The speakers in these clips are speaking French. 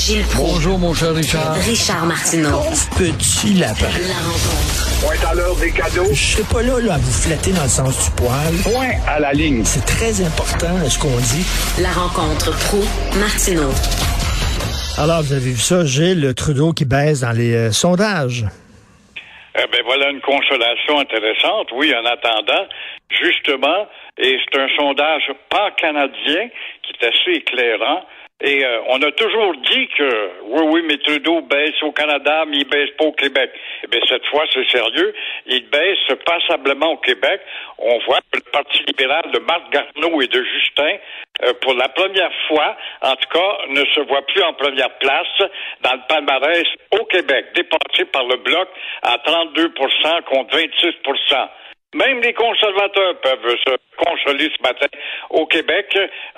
Gilles Proulx. Bonjour, mon cher Richard. Richard Martineau. Petit lapin. La rencontre. Point à l'heure des cadeaux. Je serai pas là à vous flatter dans le sens du poil. Point à la ligne. C'est très important, ce qu'on dit. La rencontre Proulx-Martineau. Alors, vous avez vu ça, Gilles Trudeau qui baisse dans les sondages. Voilà une consolation intéressante, oui, en attendant, justement, et c'est un sondage pan-canadien qui est assez éclairant, et on a toujours dit que, oui, mais Trudeau baisse au Canada, mais il baisse pas au Québec. Eh bien, cette fois, c'est sérieux, il baisse passablement au Québec. On voit que le Parti libéral de Marc Garneau et de Justin, pour la première fois, en tout cas, ne se voit plus en première place dans le palmarès au Québec, dépassé par le Bloc à 32% contre 26%. Même les conservateurs peuvent se consoler ce matin au Québec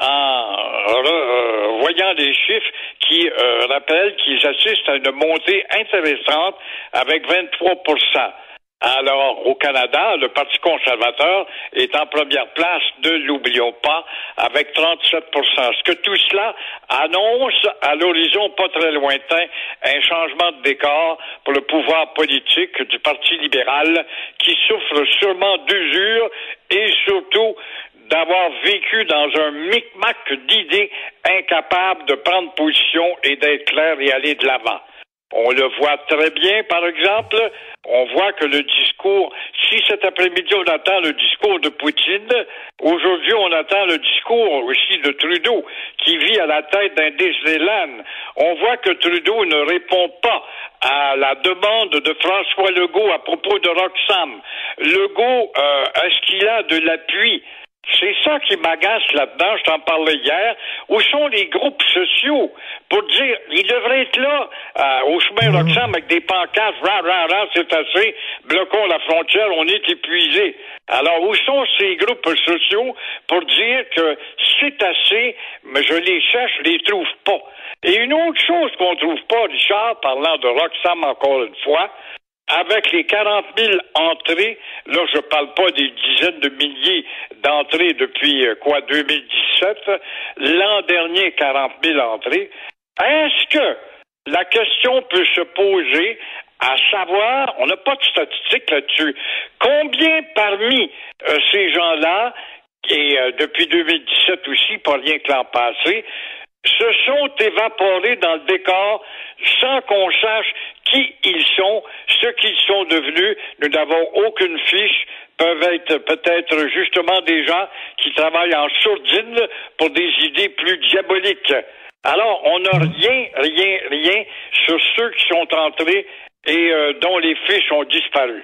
en voyant des chiffres qui rappellent qu'ils assistent à une montée intéressante avec 23%. Alors, au Canada, le Parti conservateur est en première place, ne l'oublions pas, avec 37%. Ce que tout cela annonce, à l'horizon pas très lointain, un changement de décor pour le pouvoir politique du Parti libéral qui souffre sûrement d'usure et surtout d'avoir vécu dans un micmac d'idées incapables de prendre position et d'être clair et aller de l'avant. On le voit très bien, par exemple, on voit que le discours, si cet après-midi on attend le discours de Poutine, aujourd'hui on attend le discours aussi de Trudeau, qui vit à la tête d'un Disneyland. On voit que Trudeau ne répond pas à la demande de François Legault à propos de Roxham. Legault, est-ce qu'il a de l'appui? C'est ça qui m'agace là-dedans, je t'en parlais hier. Où sont les groupes sociaux pour dire, ils devraient être là, au chemin Roxham avec des pancartes, c'est assez, bloquons la frontière, on est épuisé. Alors, où sont ces groupes sociaux pour dire que c'est assez, mais je les cherche, je les trouve pas. Et une autre chose qu'on trouve pas, Richard, parlant de Roxham encore une fois, avec les 40 000 entrées, là je parle pas des dizaines de milliers d'entrées depuis 2017, l'an dernier 40 000 entrées, est-ce que la question peut se poser à savoir, on n'a pas de statistiques là-dessus, combien parmi ces gens-là, et depuis 2017 aussi, pas rien que l'an passé, se sont évaporés dans le décor sans qu'on sache qui ils sont, ce qu'ils sont devenus. Nous n'avons aucune fiche, peuvent être peut-être justement des gens qui travaillent en sourdine pour des idées plus diaboliques. Alors, on n'a rien sur ceux qui sont entrés et dont les fiches ont disparu.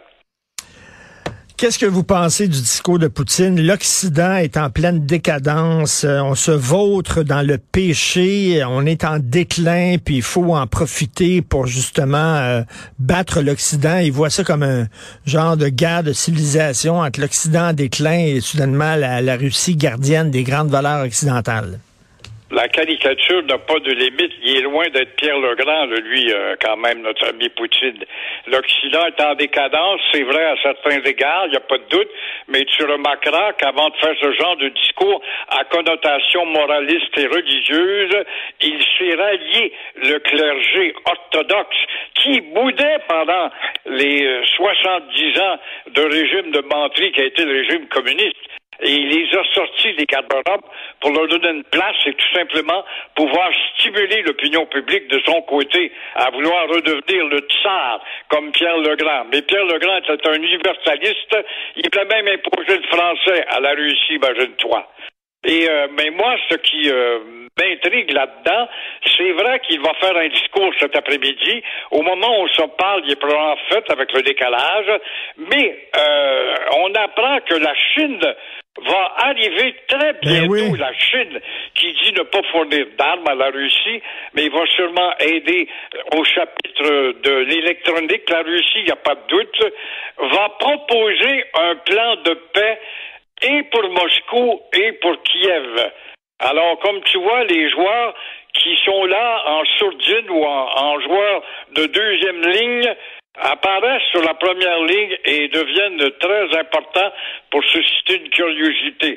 Qu'est-ce que vous pensez du discours de Poutine? L'Occident est en pleine décadence, on se vautre dans le péché, on est en déclin, puis il faut en profiter pour justement battre l'Occident. Il voit ça comme un genre de guerre de civilisation entre l'Occident en déclin et soudainement la Russie gardienne des grandes valeurs occidentales. La caricature n'a pas de limite. Il est loin d'être Pierre Legrand, lui, quand même, notre ami Poutine. L'Occident est en décadence, c'est vrai à certains égards, il n'y a pas de doute, mais tu remarqueras qu'avant de faire ce genre de discours à connotation moraliste et religieuse, il s'est rallié le clergé orthodoxe qui boudait pendant les 70 ans de régime de Mantry qui a été le régime communiste. Et il les a sortis des garde-robes pour leur donner une place et tout simplement pouvoir stimuler l'opinion publique de son côté à vouloir redevenir le tsar comme Pierre Legrand. Mais Pierre Legrand était un universaliste. Il a même imposé le français à la Russie, imagine-toi. Et mais moi, ce qui m'intrigue là-dedans, c'est vrai qu'il va faire un discours cet après-midi. Au moment où on se parle, il est probablement fait avec le décalage. Mais on apprend que la Chine va arriver très bientôt, la Chine, qui dit ne pas fournir d'armes à la Russie, mais il va sûrement aider au chapitre de l'électronique. La Russie, il n'y a pas de doute, va proposer un plan de paix et pour Moscou et pour Kiev. Alors, comme tu vois, les joueurs qui sont là en sourdine ou en joueurs de deuxième ligne apparaissent sur la première ligne et deviennent très importants pour susciter une curiosité.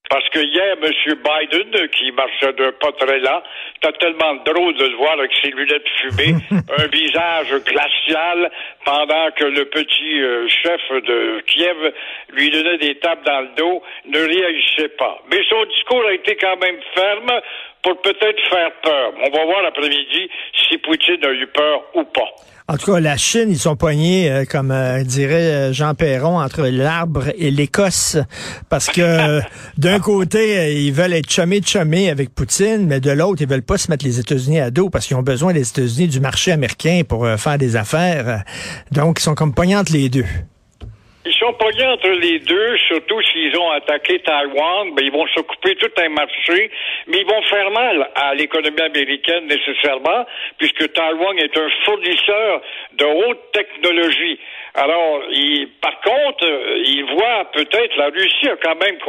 Parce que hier, M. Biden, qui marchait d'un pas très lent, c'était tellement drôle de le voir avec ses lunettes fumées, un visage glacial, pendant que le petit chef de Kiev lui donnait des tapes dans le dos, ne réagissait pas. Mais son discours a été quand même ferme pour peut-être faire peur. On va voir l'après-midi si Poutine a eu peur ou pas. En tout cas, la Chine, ils sont poignés, comme dirait Jean Perron, entre l'arbre et l'Écosse, parce que d'un côté, ils veulent être chumés avec Poutine, mais de l'autre, ils veulent pas se mettre les États-Unis à dos, parce qu'ils ont besoin des États-Unis, du marché américain pour faire des affaires. Donc, ils sont comme pognés entre les deux. Ils sont pognés entre les deux, surtout s'ils ont attaqué Taïwan, ils vont s'occuper tout un marché, mais ils vont faire mal à l'économie américaine nécessairement, puisque Taïwan est un fournisseur de haute technologie. Alors, par contre, ils voient peut-être, la Russie a quand même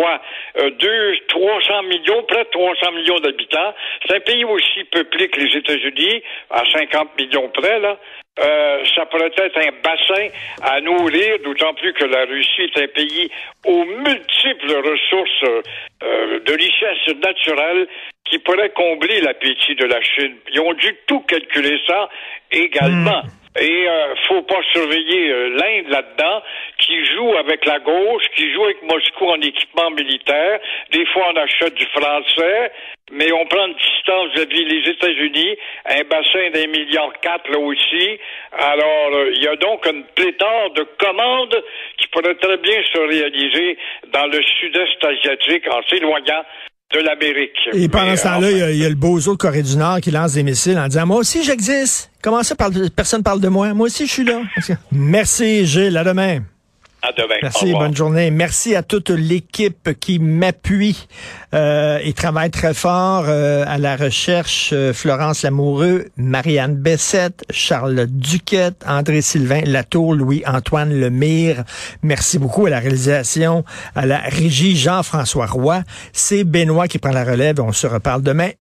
300 millions, près de 300 millions d'habitants. C'est un pays aussi peuplé que les États-Unis, à 50 millions près, là. Ça pourrait être un bassin à nourrir, d'autant plus que la Russie est un pays aux multiples ressources de richesse naturelle qui pourrait combler l'appétit de la Chine. Ils ont dû tout calculer ça également. Et faut pas surveiller l'Inde là-dedans, qui joue avec la gauche, qui joue avec Moscou en équipement militaire. Des fois, on achète du français, mais on prend une distance vis-à-vis les États-Unis, un bassin d'1,4 milliard là aussi. Alors, il y a donc une pléthore de commandes qui pourraient très bien se réaliser dans le sud-est asiatique en s'éloignant de l'Amérique. Et pendant ce temps-là, il y a le bozo de Corée du Nord qui lance des missiles en disant « Moi aussi, j'existe. Comment ça, personne parle de moi? Moi aussi, je suis là. » Merci, Gilles. À demain. À demain. Merci, bonne journée. Merci à toute l'équipe qui m'appuie et travaille très fort à la recherche. Florence Lamoureux, Marianne Bessette, Charles Duquette, André-Sylvain Latour, Louis-Antoine Lemire. Merci beaucoup à la réalisation, à la régie Jean-François Roy. C'est Benoît qui prend la relève. On se reparle demain.